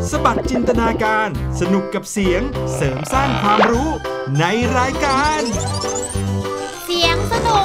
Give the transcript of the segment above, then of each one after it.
สบัดจินตนาการสนุกกับเสียงเสริมสร้างความรู้ในรายการเสียงสนุก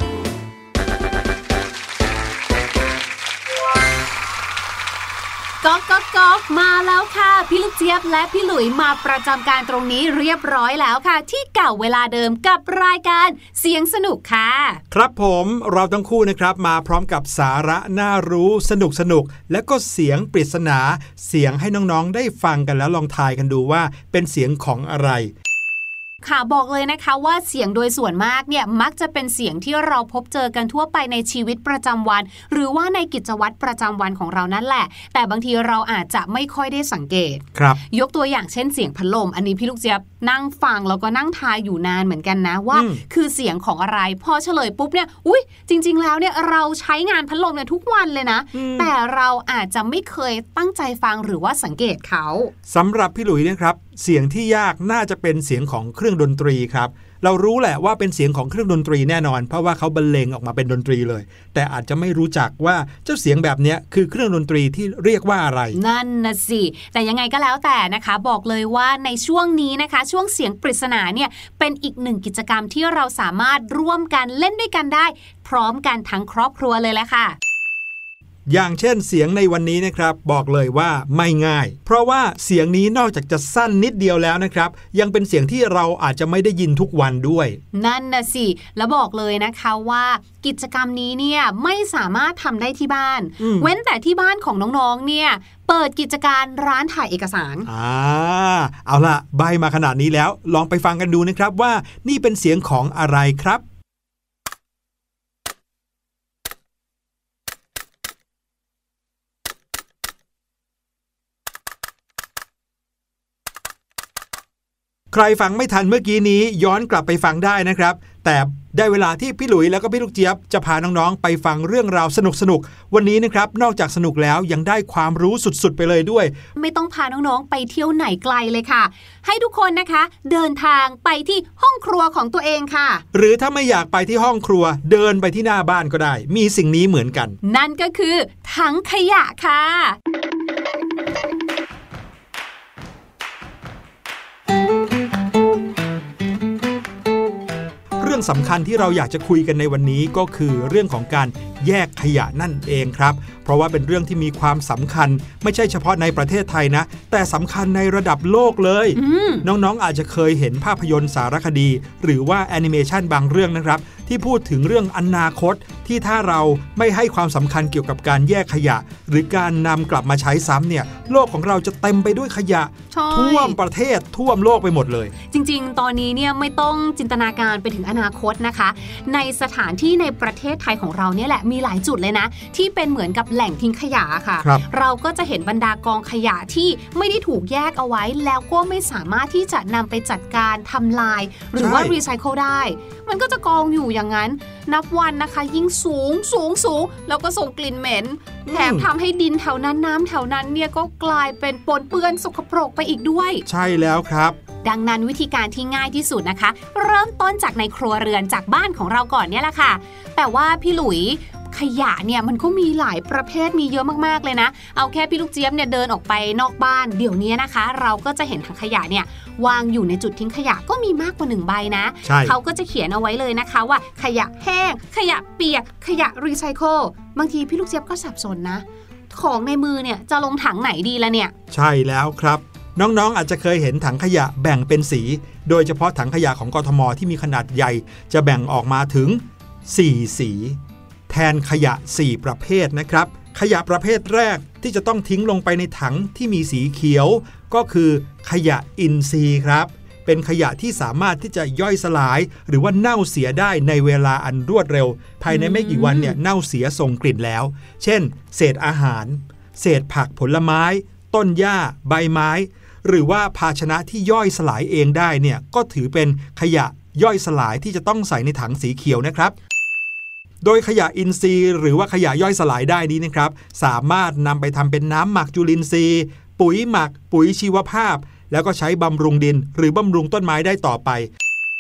ก๊องก๊อกมาแล้วค่ะพี่ลูกเจี๊ยบและพี่หลุยมาประจำการตรงนี้เรียบร้อยแล้วค่ะที่เก่าเวลาเดิมกับรายการเสียงสนุกค่ะครับผมเราทั้งคู่นะครับมาพร้อมกับสาระน่ารู้สนุกและก็เสียงปริศนาเสียงให้น้องๆได้ฟังกันแล้วลองทายกันดูว่าเป็นเสียงของอะไรค่ะบอกเลยนะคะว่าเสียงโดยส่วนมากเนี่ยมักจะเป็นเสียงที่เราพบเจอกันทั่วไปในชีวิตประจำวันหรือว่าในกิจวัตรประจำวันของเรานั่นแหละแต่บางทีเราอาจจะไม่ค่อยได้สังเกตครับยกตัวอย่างเช่นเสียงพัดลมอันนี้พี่ลูกเจี๊ยบนั่งฟังแล้วก็นั่งทายอยู่นานเหมือนกันนะว่าคือเสียงของอะไรพอเฉลยปุ๊บเนี่ยอุ๊ยจริงๆแล้วเนี่ยเราใช้งานพัดลมเนี่ยทุกวันเลยนะแต่เราอาจจะไม่เคยตั้งใจฟังหรือว่าสังเกตเขาสำหรับพี่หลุยนะครับเสียงที่ยากน่าจะเป็นเสียงของเครื่องดนตรีครับเรารู้แหละว่าเป็นเสียงของเครื่องดนตรีแน่นอนเพราะว่าเขาบรรเลงออกมาเป็นดนตรีเลยแต่อาจจะไม่รู้จักว่าเจ้าเสียงแบบนี้คือเครื่องดนตรีที่เรียกว่าอะไรนั่นนะสิแต่ยังไงก็แล้วแต่นะคะบอกเลยว่าในช่วงนี้นะคะช่วงเสียงปริศนาเนี่ยเป็นอีกหนึ่งกิจกรรมที่เราสามารถร่วมกันเล่นด้วยกันได้พร้อมกันทั้งครอบครัวเลยแหละค่ะอย่างเช่นเสียงในวันนี้นะครับบอกเลยว่าไม่ง่ายเพราะว่าเสียงนี้นอกจากจะสั้นนิดเดียวแล้วนะครับยังเป็นเสียงที่เราอาจจะไม่ได้ยินทุกวันด้วยนั่นนะสิแล้วบอกเลยนะคะว่ากิจกรรมนี้เนี่ยไม่สามารถทำได้ที่บ้านเว้นแต่ที่บ้านของน้องๆเนี่ยเปิดกิจการร้านถ่ายเอกสารเอาล่ะใบมาขนาดนี้แล้วลองไปฟังกันดูนะครับว่านี่เป็นเสียงของอะไรครับใครฟังไม่ทันเมื่อกี้นี้ย้อนกลับไปฟังได้นะครับแต่ได้เวลาที่พี่หลุยแล้วก็พี่ลูกเจี๊ยบจะพาน้องๆไปฟังเรื่องราวสนุกๆวันนี้นะครับนอกจากสนุกแล้วยังได้ความรู้สุดๆไปเลยด้วยไม่ต้องพาน้องๆไปเที่ยวไหนไกลเลยค่ะให้ทุกคนนะคะเดินทางไปที่ห้องครัวของตัวเองค่ะหรือถ้าไม่อยากไปที่ห้องครัวเดินไปที่หน้าบ้านก็ได้มีสิ่งนี้เหมือนกันนั่นก็คือถังขยะค่ะเรื่องสำคัญที่เราอยากจะคุยกันในวันนี้ก็คือเรื่องของการแยกขยะนั่นเองครับเพราะว่าเป็นเรื่องที่มีความสำคัญไม่ใช่เฉพาะในประเทศไทยนะแต่สำคัญในระดับโลกเลยน้องๆอาจจะเคยเห็นภาพยนตร์สารคดีหรือว่าแอนิเมชันบางเรื่องนะครับที่พูดถึงเรื่องอนาคตที่ถ้าเราไม่ให้ความสำคัญเกี่ยวกับการแยกขยะหรือการนำกลับมาใช้ซ้ำเนี่ยโลกของเราจะเต็มไปด้วยขยะท่วมประเทศท่วมโลกไปหมดเลยจริงๆตอนนี้เนี่ยไม่ต้องจินตนาการไปถึงอนาคตนะคะในสถานที่ในประเทศไทยของเราเนี่ยแหละมีหลายจุดเลยนะที่เป็นเหมือนกับแหล่งทิ้งขยะค่ะเราก็จะเห็นบรรดากองขยะที่ไม่ได้ถูกแยกเอาไว้แล้วก็ไม่สามารถที่จะนำไปจัดการทำลายหรือว่ารีไซเคิลได้มันก็จะกองอยู่อย่างนั้นนับวันนะคะยิ่งสูงแล้วก็ส่งกลิ่นเหม็นแถมทำให้ดินแถวนั้นน้ำแถวนั้นเนี่ยก็กลายเป็นปนเปื้อนสกปรกไปอีกด้วยใช่แล้วครับดังนั้นวิธีการที่ง่ายที่สุดนะคะเริ่มต้นจากในครัวเรือนจากบ้านของเราก่อนเนี่ยแหละค่ะแต่ว่าพี่หลุยขยะเนี่ยมันก็มีหลายประเภทมีเยอะมากๆเลยนะเอาแค่พี่ลูกเจี๊ยบเนี่ยเดินออกไปนอกบ้านเดี๋ยวนี้นะคะเราก็จะเห็นถังขยะเนี่ยวางอยู่ในจุดทิ้งขยะก็มีมากกว่า1ใบนะเขาก็จะเขียนเอาไว้เลยนะคะว่าขยะแห้งขยะเปียกขยะรีไซเคิลบางทีพี่ลูกเจี๊ยบก็สับสนนะของในมือเนี่ยจะลงถังไหนดีละเนี่ยใช่แล้วครับน้องๆอาจจะเคยเห็นถังขยะแบ่งเป็นสีโดยเฉพาะถังขยะของกทม.ที่มีขนาดใหญ่จะแบ่งออกมาถึง4สีแทนขยะ4ประเภทนะครับขยะประเภทแรกที่จะต้องทิ้งลงไปในถังที่มีสีเขียวก็คือขยะอินทรีย์ครับเป็นขยะที่สามารถที่จะย่อยสลายหรือว่าเน่าเสียได้ในเวลาอันรวดเร็วภายในไม่กี่วันเนี่ยเน่าเสียส่งกลิ่นแล้วเช่นเศษอาหารเศษผักผลไม้ต้นหญ้าใบไม้หรือว่าภาชนะที่ย่อยสลายเองได้เนี่ยก็ถือเป็นขยะย่อยสลายที่จะต้องใส่ในถังสีเขียวนะครับโดยขยะอินทรีย์หรือว่าขยะย่อยสลายได้นี้นะครับสามารถนำไปทำเป็นน้ำหมักจุลินทรีย์ปุ๋ยหมักปุ๋ยชีวภาพแล้วก็ใช้บำรุงดินหรือบำรุงต้นไม้ได้ต่อไป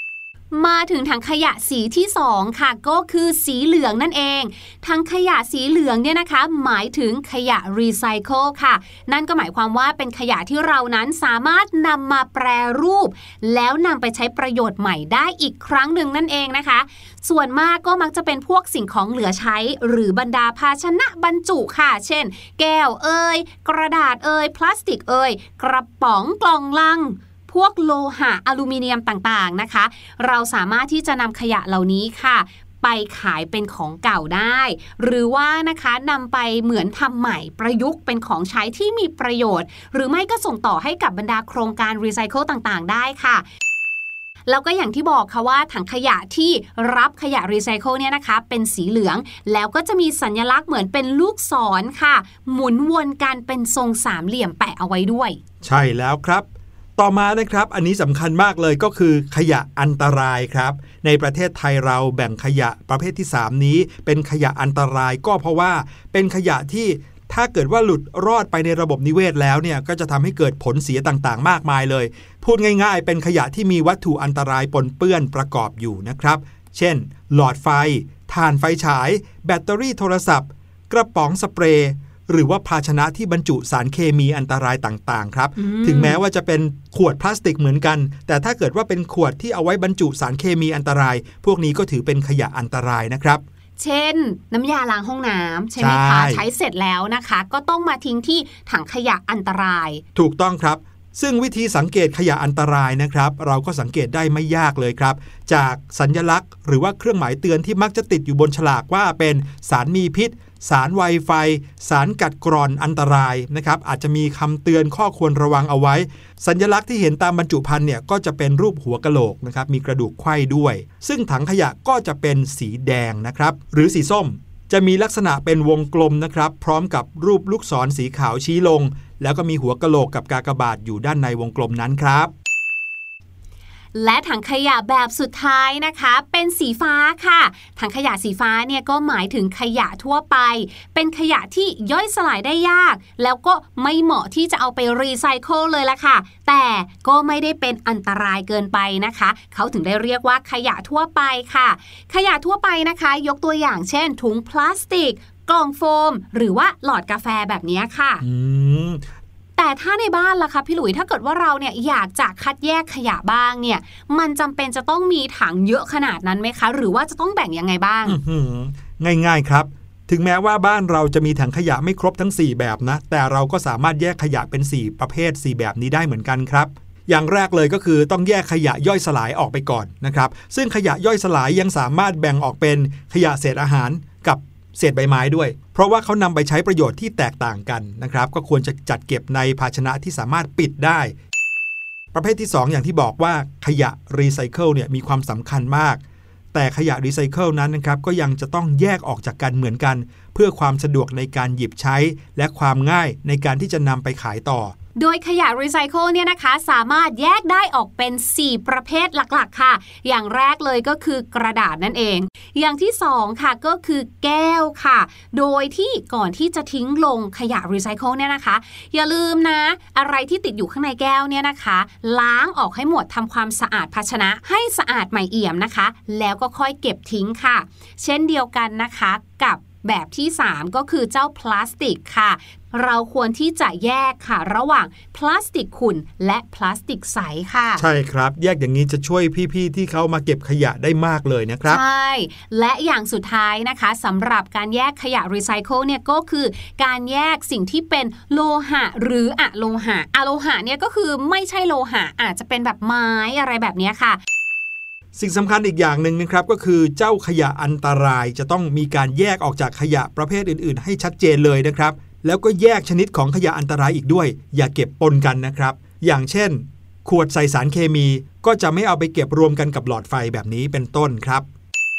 มาถึงถังขยะสีที่2ค่ะก็คือสีเหลืองนั่นเองถังขยะสีเหลืองเนี่ยนะคะหมายถึงขยะรีไซเคิลค่ะนั่นก็หมายความว่าเป็นขยะที่เรานั้นสามารถนำมาแปรรูปแล้วนำไปใช้ประโยชน์ใหม่ได้อีกครั้งหนึ่งนั่นเองนะคะส่วนมากก็มักจะเป็นพวกสิ่งของเหลือใช้หรือบรรดาภาชนะบรรจุค่ะเช่นแก้วกระดาษพลาสติกกระป๋องกล่องลังพวกโลหะอลูมิเนียมต่างๆนะคะเราสามารถที่จะนำขยะเหล่านี้ค่ะไปขายเป็นของเก่าได้หรือว่านะคะนำไปเหมือนทำใหม่ประยุกต์เป็นของใช้ที่มีประโยชน์หรือไม่ก็ส่งต่อให้กับบรรดาโครงการรีไซเคิลต่างๆได้ค่ะแล้วก็อย่างที่บอกค่ะว่าถังขยะที่รับขยะรีไซเคิลเนี่ยนะคะเป็นสีเหลืองแล้วก็จะมีสัญลักษณ์เหมือนเป็นลูกศรค่ะหมุนวนกันเป็นทรงสามเหลี่ยมแปะเอาไว้ด้วยใช่แล้วครับต่อมานะครับอันนี้สำคัญมากเลยก็คือขยะอันตรายครับในประเทศไทยเราแบ่งขยะประเภทที่3นี้เป็นขยะอันตรายก็เพราะว่าเป็นขยะที่ถ้าเกิดว่าหลุดรอดไปในระบบนิเวศแล้วเนี่ยก็จะทำให้เกิดผลเสียต่างๆมากมายเลยพูดง่ายๆเป็นขยะที่มีวัตถุอันตรายปนเปื้อนประกอบอยู่นะครับเช่นหลอดไฟถ่านไฟฉายแบตเตอรี่โทรศัพท์กระป๋องสเปรย์หรือว่าภาชนะที่บรรจุสารเคมีอันตรายต่างๆครับถึงแม้ว่าจะเป็นขวดพลาสติกเหมือนกันแต่ถ้าเกิดว่าเป็นขวดที่เอาไว้บรรจุสารเคมีอันตรายพวกนี้ก็ถือเป็นขยะอันตรายนะครับเช่นน้ำยาล้างห้องน้ำใช่ไหมคะใช้เสร็จแล้วนะคะก็ต้องมาทิ้งที่ถังขยะอันตรายถูกต้องครับซึ่งวิธีสังเกตขยะอันตรายนะครับเราก็สังเกตได้ไม่ยากเลยครับจากสัญลักษณ์หรือว่าเครื่องหมายเตือนที่มักจะติดอยู่บนฉลากว่าเป็นสารมีพิษสารไวไฟสารกัดกร่อนอันตรายนะครับอาจจะมีคำเตือนข้อควรระวังเอาไว้สัญลักษณ์ที่เห็นตามบรรจุภัณฑ์เนี่ยก็จะเป็นรูปหัวกะโหลกนะครับมีกระดูกไขว้ด้วยซึ่งถังขยะก็จะเป็นสีแดงนะครับหรือสีส้มจะมีลักษณะเป็นวงกลมนะครับพร้อมกับรูปลูกศรสีขาวชี้ลงแล้วก็มีหัวกะโหลกกับกากบาทอยู่ด้านในวงกลมนั้นครับและถังขยะแบบสุดท้ายนะคะเป็นสีฟ้าค่ะถังขยะสีฟ้าเนี่ยก็หมายถึงขยะทั่วไปเป็นขยะที่ย่อยสลายได้ยากแล้วก็ไม่เหมาะที่จะเอาไปรีไซเคิลเลยล่ะค่ะแต่ก็ไม่ได้เป็นอันตรายเกินไปนะคะเขาถึงได้เรียกว่าขยะทั่วไปค่ะขยะทั่วไปนะคะยกตัวอย่างเช่นถุงพลาสติกกล่องโฟมหรือว่าหลอดกาแฟแบบนี้ค่ะแต่ถ้าในบ้านล่ะคะพี่หลุยถ้าเกิดว่าเราเนี่ยอยากจะคัดแยกขยะบ้างเนี่ยมันจำเป็นจะต้องมีถังเยอะขนาดนั้นไหมคะหรือว่าจะต้องแบ่งยังไงบ้างง่ายๆครับถึงแม้ว่าบ้านเราจะมีถังขยะไม่ครบทั้ง4แบบนะแต่เราก็สามารถแยกขยะเป็น4ประเภท4แบบนี้ได้เหมือนกันครับอย่างแรกเลยก็คือต้องแยกขยะย่อยสลายออกไปก่อนนะครับซึ่งขยะย่อยสลายยังสามารถแบ่งออกเป็นขยะเศษอาหารกับเศษใบไม้ด้วยเพราะว่าเขานำไปใช้ประโยชน์ที่แตกต่างกันนะครับก็ควรจะจัดเก็บในภาชนะที่สามารถปิดได้ประเภทที่2อย่างที่บอกว่าขยะรีไซเคิลเนี่ยมีความสำคัญมากแต่ขยะรีไซเคิลนั้นนะครับก็ยังจะต้องแยกออกจากกันเหมือนกันเพื่อความสะดวกในการหยิบใช้และความง่ายในการที่จะนำไปขายต่อโดยขยะรีไซเคิลเนี่ยนะคะสามารถแยกได้ออกเป็น4ประเภทหลักๆค่ะอย่างแรกเลยก็คือกระดาษนั่นเองอย่างที่2ค่ะก็คือแก้วค่ะโดยที่ก่อนที่จะทิ้งลงขยะรีไซเคิลเนี่ยนะคะอย่าลืมนะอะไรที่ติดอยู่ข้างในแก้วเนี่ยนะคะล้างออกให้หมดทำความสะอาดภาชนะให้สะอาดใหม่เอี่ยมนะคะแล้วก็ค่อยเก็บทิ้งค่ะเช่นเดียวกันนะคะกับแบบที่3ก็คือเจ้าพลาสติกค่ะเราควรที่จะแยกค่ะระหว่างพลาสติกขุ่นและพลาสติกใสค่ะใช่ครับแยกอย่างนี้จะช่วยพี่ๆที่เขามาเก็บขยะได้มากเลยนะครับใช่และอย่างสุดท้ายนะคะสำหรับการแยกขยะรีไซเคิลเนี่ยก็คือการแยกสิ่งที่เป็นโลหะหรืออะโลหะอะโลหะเนี่ยก็คือไม่ใช่โลหะอาจจะเป็นแบบไม้อะไรแบบนี้ค่ะสิ่งสำคัญอีกอย่างหนึ่งนะครับก็คือเจ้าขยะอันตรายจะต้องมีการแยกออกจากขยะประเภทอื่นๆให้ชัดเจนเลยนะครับแล้วก็แยกชนิดของขยะอันตรายอีกด้วยอย่าเก็บปนกันนะครับอย่างเช่นขวดใส่สารเคมีก็จะไม่เอาไปเก็บรวมกันกับหลอดไฟแบบนี้เป็นต้นครับ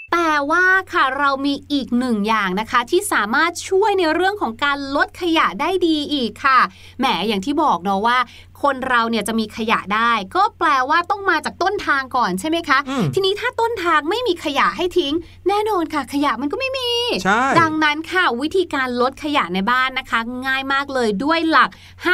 แต่ว่าค่ะเรามีอีกหนึ่งอย่างนะคะที่สามารถช่วยในเรื่องของการลดขยะได้ดีอีกค่ะแหมอย่างที่บอกเนาะว่าคนเราเนี่ยจะมีขยะได้ก็แปลว่าต้องมาจากต้นทางก่อนใช่ไหมคะทีนี้ถ้าต้นทางไม่มีขยะให้ทิ้งแน่นอนค่ะขยะมันก็ไม่มีดังนั้นค่ะวิธีการลดขยะในบ้านนะคะง่ายมากเลยด้วยหลัก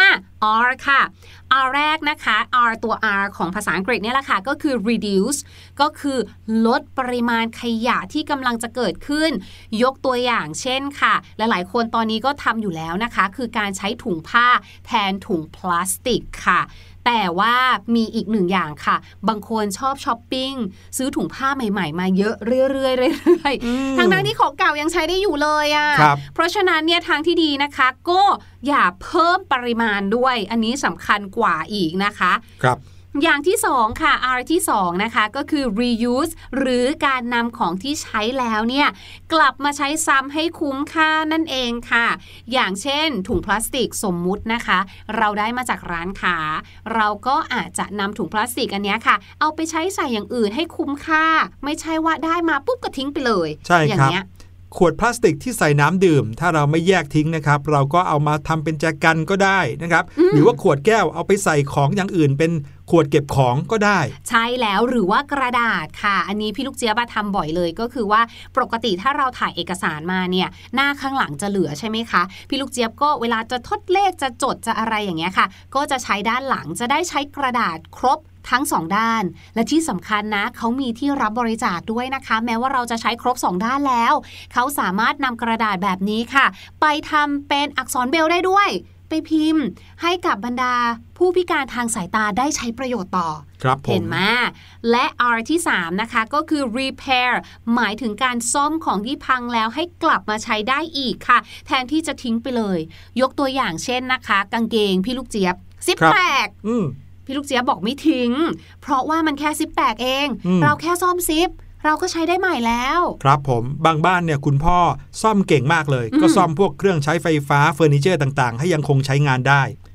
5R ค่ะ R แรกนะคะ R ตัว R ของภาษาอังกฤษเนี่ยแหละค่ะก็คือ reduce ก็คือลดปริมาณขยะที่กำลังจะเกิดขึ้นยกตัวอย่างเช่นค่ะหลายๆคนตอนนี้ก็ทำอยู่แล้วนะคะคือการใช้ถุงผ้าแทนถุงพลาสติกค่ะแต่ว่ามีอีกหนึ่งอย่างค่ะบางคนชอบช้อปปิ้งซื้อถุงผ้าใหม่ๆมาเยอะเรื่อยๆทั้งที่ของเก่ายังใช้ได้อยู่เลยอ่ะเพราะฉะนั้นเนี่ยทางที่ดีนะคะก็อย่าเพิ่มปริมาณด้วยอันนี้สำคัญกว่าอีกนะคะครับอย่างที่2ค่ะ R ที่2นะคะก็คือ reuse หรือการนำของที่ใช้แล้วเนี่ยกลับมาใช้ซ้ำให้คุ้มค่านั่นเองค่ะอย่างเช่นถุงพลาสติกสมมุตินะคะเราได้มาจากร้านค้าเราก็อาจจะนำถุงพลาสติกอันนี้ค่ะเอาไปใช้ใส่อย่างอื่นให้คุ้มค่าไม่ใช่ว่าได้มาปุ๊บก็ทิ้งไปเลยใช่ครับขวดพลาสติกที่ใส่น้ำดื่มถ้าเราไม่แยกทิ้งนะครับเราก็เอามาทำเป็นแจกันก็ได้นะครับหรือว่าขวดแก้วเอาไปใส่ของอย่างอื่นเป็นขวดเก็บของก็ได้ใช่แล้วหรือว่ากระดาษค่ะอันนี้พี่ลูกเจี๊ยบทำบ่อยเลยก็คือว่าปกติถ้าเราถ่ายเอกสารมาเนี่ยหน้าข้างหลังจะเหลือใช่ไหมคะพี่ลูกเจี๊ยบก็เวลาจะทดเลขจะจดจะอะไรอย่างเงี้ยค่ะก็จะใช้ด้านหลังจะได้ใช้กระดาษครบทั้ง2ด้านและที่สำคัญนะเขามีที่รับบริจาคด้วยนะคะแม้ว่าเราจะใช้ครบ2ด้านแล้วเขาสามารถนำกระดาษแบบนี้ค่ะไปทำเป็นอักษรเบรลได้ด้วยไปพิมพ์ให้กับบรรดาผู้พิการทางสายตาได้ใช้ประโยชน์ต่อเห็นไหมและ R ที่3นะคะก็คือ repair หมายถึงการซ่อมของที่พังแล้วให้กลับมาใช้ได้อีกค่ะแทนที่จะทิ้งไปเลยยกตัวอย่างเช่นนะคะกางเกงพี่ลูกเจี๊ยบซิปแตกพี่ลูกเจี๊ยบบอกไม่ทิ้งเพราะว่ามันแค่ซิปแตกเองเราแค่ซ่อมซิปเราก็ใช้ได้ใหม่แล้วครับผมบางบ้านเนี่ยคุณพ่อซ่อมเก่งมากเลยก็ซ่อมพวกเครื่องใช้ไฟฟ้าเฟอร์นิเจอร์ต่างๆให้ยังคงใช้งานได้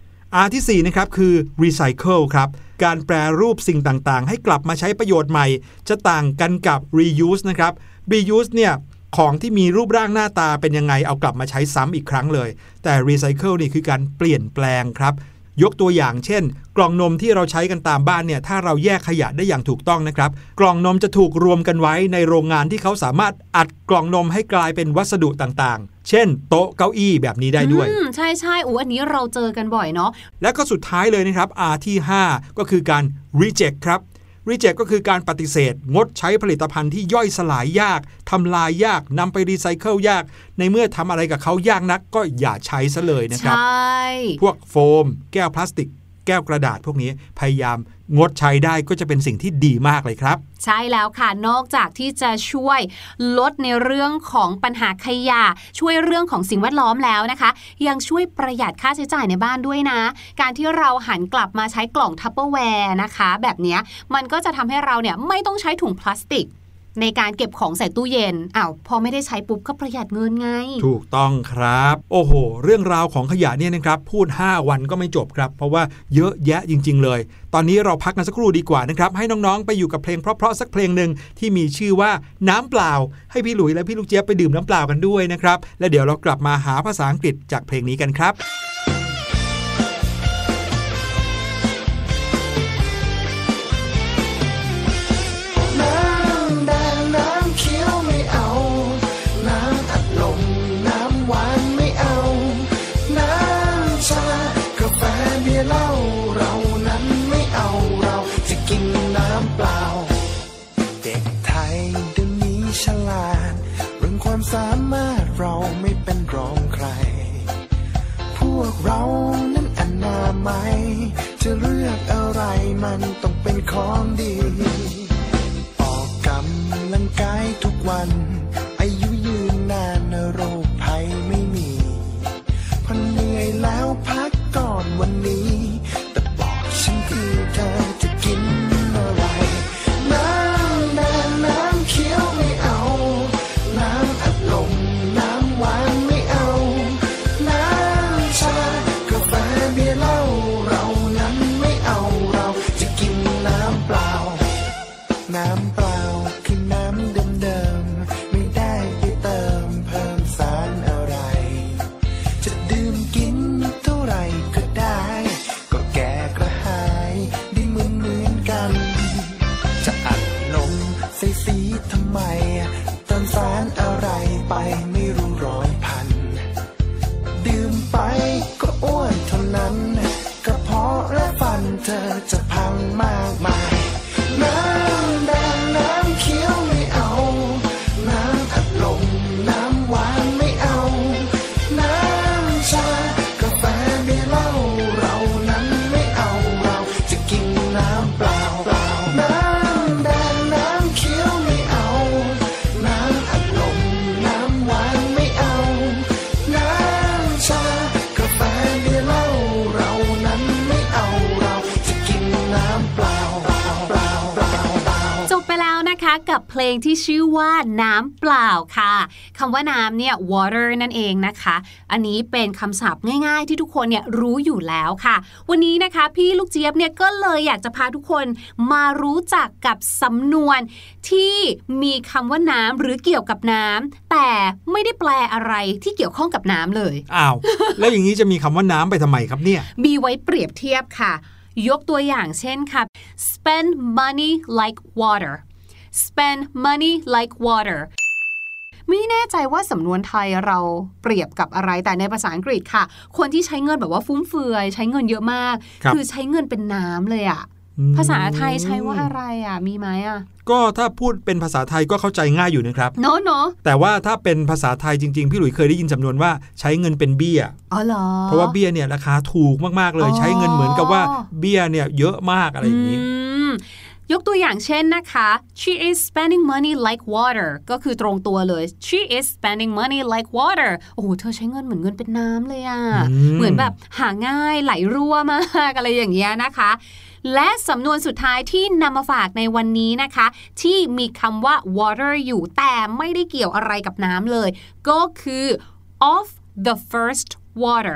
R ที่4นะครับคือ recycle ครับการแปรรูปสิ่งต่างๆให้กลับมาใช้ประโยชน์ใหม่จะต่างกันกับ reuse นะครับ reuse เนี่ยของที่มีรูปร่างหน้าตาเป็นยังไงเอากลับมาใช้ซ้ำอีกครั้งเลยแต่ recycle นี่คือการเปลี่ยนแปลงครับยกตัวอย่างเช่นกล่องนมที่เราใช้กันตามบ้านเนี่ยถ้าเราแยกขยะได้อย่างถูกต้องนะครับกล่องนมจะถูกรวมกันไว้ในโรงงานที่เขาสามารถอัดกล่องนมให้กลายเป็นวัสดุต่างๆเช่นโต๊ะเก้าอี้แบบนี้ได้ด้วยใช่ๆอันนี้เราเจอกันบ่อยเนาะและก็สุดท้ายเลยนะครับ R ที่5ก็คือการ reject ครับ reject ก็คือการปฏิเสธงดใช้ผลิตภัณฑ์ที่ย่อยสลายยากทำลายยากนำไปรีไซเคิลยากในเมื่อทำอะไรกับเขายากนักก็อย่าใช้ซะเลยนะครับพวกโฟมแก้วพลาสติกแก้วกระดาษพวกนี้พยายามงดใช้ได้ก็จะเป็นสิ่งที่ดีมากเลยครับใช่แล้วค่ะนอกจากที่จะช่วยลดในเรื่องของปัญหาขยะช่วยเรื่องของสิ่งแวดล้อมแล้วนะคะยังช่วยประหยัดค่าใช้จ่ายในบ้านด้วยนะการที่เราหันกลับมาใช้กล่องทัปเปอร์แวร์นะคะแบบนี้มันก็จะทำให้เราเนี่ยไม่ต้องใช้ถุงพลาสติกในการเก็บของใส่ตู้เย็นพอไม่ได้ใช้ปุ๊บก็ประหยัดเงินไงถูกต้องครับโอ้โหเรื่องราวของขยะเนี่ยนะครับพูด5วันก็ไม่จบครับเพราะว่าเยอะแยะจริงๆเลยตอนนี้เราพักกันสักครู่ดีกว่านะครับให้น้องๆไปอยู่กับเพลงเพราะๆสักเพลงนึงที่มีชื่อว่าน้ำเปล่าให้พี่หลุยและพี่ลูกเจี๊ยบไปดื่มน้ำเปล่ากันด้วยนะครับและเดี๋ยวเรากลับมาหาภาษาอังกฤษจากเพลงนี้กันครับสามารถเราไม่เป็นรองใครพวกเรานั้นอนามัยจะเลือกอะไรมันต้องเป็นของดีออกกำลังกายทุกวันอายุยืนนานโรคภัยไม่มีพอเหนื่อยแล้วพักก่อนวันนี้แต่บอกฉันทีเธอจะกินอะไรน้ำแดงน้ำเขียวไม่เอาน้ำอัดลมน้ำหวานไม่เอาน้ำชากาแฟเบียร์เหล้าเรานั้นไม่เอาเราจะกินน้ำเปล่าน้ำเปล่าคือน้ำเดิมๆเธอจะพังมากมายน้ำแดงน้ำเขียวไม่เอาน้ำอัดลมน้ำหวานไม่เอาน้ำชากาแฟไม่เหล้าเรานั้นไม่เอาเราจะกินน้ำเปล่าน้ำแดงน้ำเขียวไม่เอาน้ำอัดลมน้ำหวานไม่เอาน้ำชากาแฟไม่เหล้าเรานั้นไม่เอาเราจะกินน้ำเปล่าจบไปแล้วนะคะกับเพลงที่ชื่อว่าน้ำเปล่าค่ะคำว่าน้ำเนี่ย water นั่นเองนะคะอันนี้เป็นคำศัพท์ง่ายๆที่ทุกคนเนี่ยรู้อยู่แล้วค่ะวันนี้นะคะพี่ลูกเจี๊ยบเนี่ยก็เลยอยากจะพาทุกคนมารู้จักกับสำนวนที่มีคำว่าน้ำหรือเกี่ยวกับน้ำแต่ไม่ได้แปลอะไรที่เกี่ยวข้องกับน้ำเลยอ้าวแล้วอย่างนี้จะมีคำว่าน้ำไปทำไมครับเนี่ยมีไว้เปรียบเทียบค่ะยกตัวอย่างเช่นค่ะ spend money like water spend money like water ไม่แน่ใจว่าสำนวนไทยเราเปรียบกับอะไรแต่ในภาษาอังกฤษค่ะคนที่ใช้เงินแบบว่าฟุ่มเฟือยใช้เงินเยอะมากคือใช้เงินเป็นน้ำเลยอะภาษาไทยใช้ว่าอะไรอ่ะมีไหมอ่ะก็ถ้าพูดเป็นภาษาไทยก็เข้าใจง่ายอยู่นะครับเนาะแต่ว่าถ้าเป็นภาษาไทยจริงๆพี่หลุยเคยได้ยินสำนวนว่าใช้เงินเป็นเบี้ยอ๋อเหรอเพราะว่าเบี้ยเนี่ยราคาถูกมากๆเลยใช้เงินเหมือนกับว่าเบี้ยเนี่ยเยอะมากอะไรอย่างนี้ยกตัวอย่างเช่นนะคะ she is spending money like water ก็คือตรงตัวเลย she is spending money like water โอ้โหเธอใช้เงินเหมือนเงินเป็นน้ำเลยอ่ะเหมือนแบบหาง่ายไหลรั่วมากอะไรอย่างเงี้ยนะคะและสำนวนสุดท้ายที่นำมาฝากในวันนี้นะคะที่มีคำว่า water อยู่แต่ไม่ได้เกี่ยวอะไรกับน้ำเลยก็คือ of the first water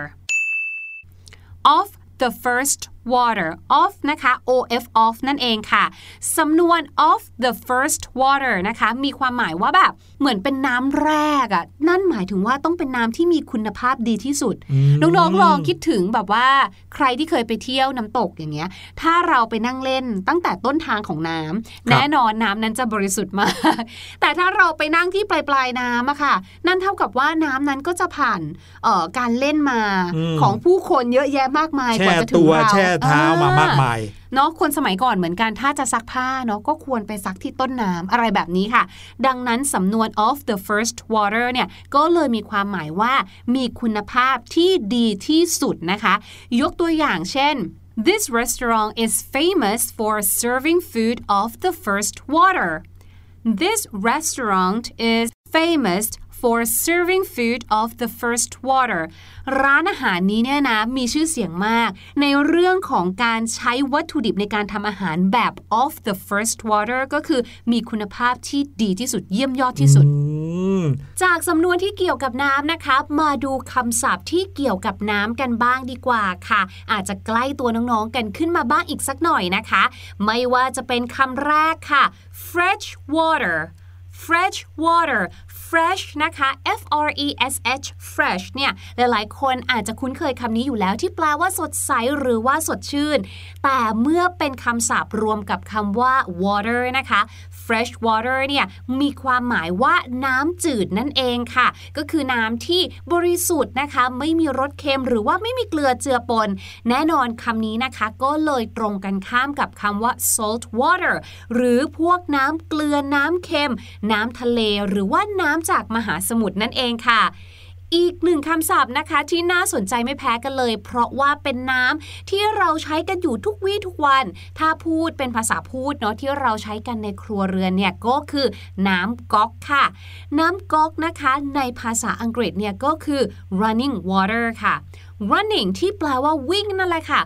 of the first water of นะคะ of นั่นเองค่ะสำนวน of the first water นะคะมีความหมายว่าแบบเหมือนเป็นน้ำแรกอ่ะนั่นหมายถึงว่าต้องเป็นน้ำที่มีคุณภาพดีที่สุดน้องๆลองคิดถึงแบบว่าใครที่เคยไปเที่ยวน้ำตกอย่างเงี้ยถ้าเราไปนั่งเล่นตั้งแต่ต้นทางของน้ำแน่นอนน้ำนั้นจะบริสุทธิ์มากแต่ถ้าเราไปนั่งที่ปลายน้ำอะค่ะนั่นเท่ากับว่าน้ำนั้นก็จะผ่านการเล่นมาของผู้คนเยอะแยะมากมายกว่าจะถึงเราเท้ามามากมายเนาะคนสมัยก่อนเหมือนกันถ้าจะซักผ้าเนาะก็ควรไปซักที่ต้นน้ำอะไรแบบนี้ค่ะดังนั้นสำนวน of the first water เนี่ยก็เลยมีความหมายว่ามีคุณภาพที่ดีที่สุดนะคะยกตัวอย่างเช่น This restaurant is famous for serving food of the first water. This restaurant is famous for serving food of the first water ร้านอาหารนี้เนี่ยนะมีชื่อเสียงมากในเรื่องของการใช้วัตถุดิบในการทำอาหารแบบ of the first water ก็คือมีคุณภาพที่ดีที่สุดเยี่ยมยอดที่สุดจากสำนวนที่เกี่ยวกับน้ำนะคะมาดูคำศัพท์ที่เกี่ยวกับน้ำกันบ้างดีกว่าค่ะอาจจะใกล้ตัวน้องๆกันขึ้นมาบ้างอีกสักหน่อยนะคะไม่ว่าจะเป็นคำแรกค่ะ fresh water fresh water fresh นะคะ F-R-E-S-H fresh เนี่ยหลายๆคนอาจจะคุ้นเคยคำนี้อยู่แล้วที่แปลว่าสดใสหรือว่าสดชื่นแต่เมื่อเป็นคำศัพท์รวมกับคำว่า water นะคะ fresh water เนี่ยมีความหมายว่าน้ำจืดนั่นเองค่ะก็คือน้ำที่บริสุทธิ์นะคะไม่มีรสเค็มหรือว่าไม่มีเกลือเจือปนแน่นอนคำนี้นะคะก็เลยตรงกันข้ามกับคำว่า salt water หรือพวกน้ำเกลือน้ำเค็มน้ำทะเลหรือว่าน้ำจากมหาสมุทรนั่นเองค่ะอีกหนึ่งคำศัพท์นะคะที่น่าสนใจไม่แพ้กันเลยเพราะว่าเป็นน้ำที่เราใช้กันอยู่ทุกวี่ทุกวันถ้าพูดเป็นภาษาพูดเนาะที่เราใช้กันในครัวเรือนเนี่ยก็คือน้ำก๊อกค่ะน้ำก๊อกนะคะในภาษาอังกฤษเนี่ยก็คือ running water ค่ะ running ที่แปลว่าวิ่งนั่นแหละค่ะ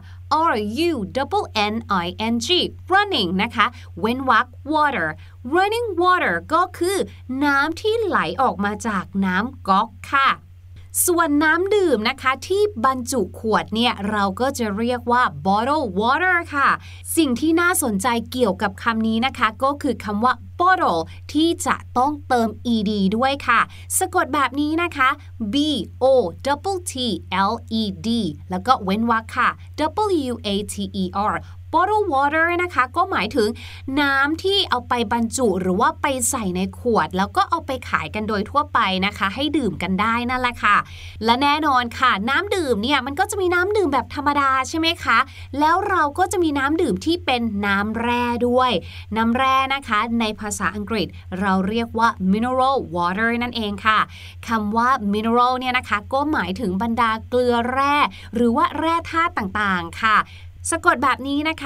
R-U-N-N-I-N-G running นะคะเว้นวรรค water running water ก็คือน้ำที่ไหลออกมาจากน้ำก๊อกค่ะส่วนน้ำดื่มนะคะที่บรรจุขวดเนี่ยเราก็จะเรียกว่า bottle water ค่ะสิ่งที่น่าสนใจเกี่ยวกับคำนี้นะคะก็คือคำว่า bottle ที่จะต้องเติม ed ด้วยค่ะสะกดแบบนี้นะคะ B-O-T-T-L-E-D แล้วก็เว้นวรรคค่ะ W-A-T-E-R bottled water นะคะก็หมายถึงน้ำที่เอาไปบรรจุหรือว่าไปใส่ในขวดแล้วก็เอาไปขายกันโดยทั่วไปนะคะให้ดื่มกันได้นั่นแหละค่ะและแน่นอนค่ะน้ำดื่มเนี่ยมันก็จะมีน้ำดื่มแบบธรรมดาใช่ไหมคะแล้วเราก็จะมีน้ำดื่มที่เป็นน้ำแร่ด้วยน้ำแร่นะคะในภาษาอังกฤษเราเรียกว่า mineral water นั่นเองค่ะคำว่า mineral เนี่ยนะคะก็หมายถึงบรรดาเกลือแร่หรือว่าแร่ธาตุต่างๆค่ะสะกดแบบนี้นะคะ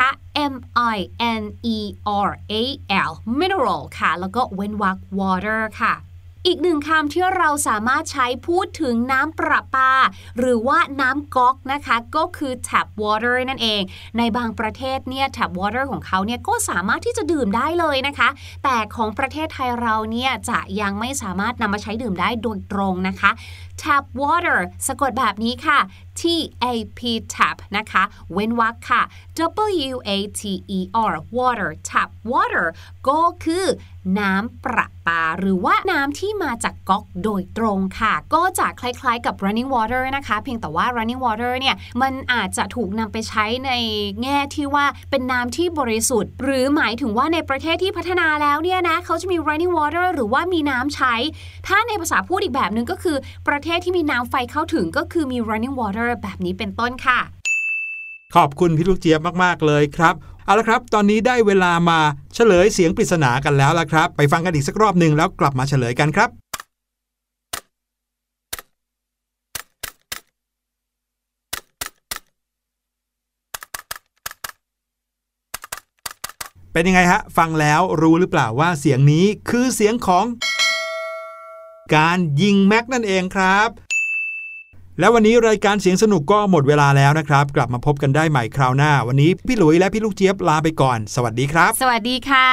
mineral mineral ค่ะแล้วก็เว้นวรรค water ค่ะอีกหนึ่งคำที่เราสามารถใช้พูดถึงน้ำประปาหรือว่าน้ำก๊อกนะคะก็คือ tap water นั่นเองในบางประเทศเนี่ย tap water ของเขาเนี่ยก็สามารถที่จะดื่มได้เลยนะคะแต่ของประเทศไทยเราเนี่ยจะยังไม่สามารถนำมาใช้ดื่มได้โดยตรงนะคะ tap water สะกดแบบนี้ค่ะ tap tap นะคะเว้นวรรคค่ะ water water tap water ก็คือน้ำประปาหรือว่าน้ำที่มาจากก๊อกโดยตรงค่ะก็จะคล้ายๆกับ running water นะคะเพียงแต่ว่า running water เนี่ยมันอาจจะถูกนำไปใช้ในแง่ที่ว่าเป็นน้ำที่บริสุทธิ์หรือหมายถึงว่าในประเทศที่พัฒนาแล้วเนี่ยนะเขาจะมี running water หรือว่ามีน้ำใช้ถ้าในภาษาพูดอีกแบบนึงก็คือประเทศที่มีน้ำไฟเข้าถึงก็คือมี running water แบบนี้เป็นต้นค่ะขอบคุณพี่ลูกเจี๊ยบมากๆเลยครับเอาละครับตอนนี้ได้เวลามาเฉลยเสียงปริศนากันแล้วล่ะครับไปฟังกันอีกสักรอบนึงแล้วกลับมาเฉลยกันครับเป็นยังไงฮะฟังแล้วรู้หรือเปล่าว่าเสียงนี้คือเสียงของการยิงแม็กนั่นเองครับแล้ววันนี้รายการเสียงสนุกก็หมดเวลาแล้วนะครับกลับมาพบกันได้ใหม่คราวหน้าวันนี้พี่หลุยและพี่ลูกเจี๊ยบลาไปก่อนสวัสดีครับสวัสดีค่ะ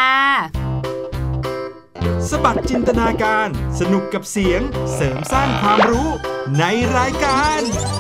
สบัดจินตนาการสนุกกับเสียงเสริมสร้างความรู้ในรายการ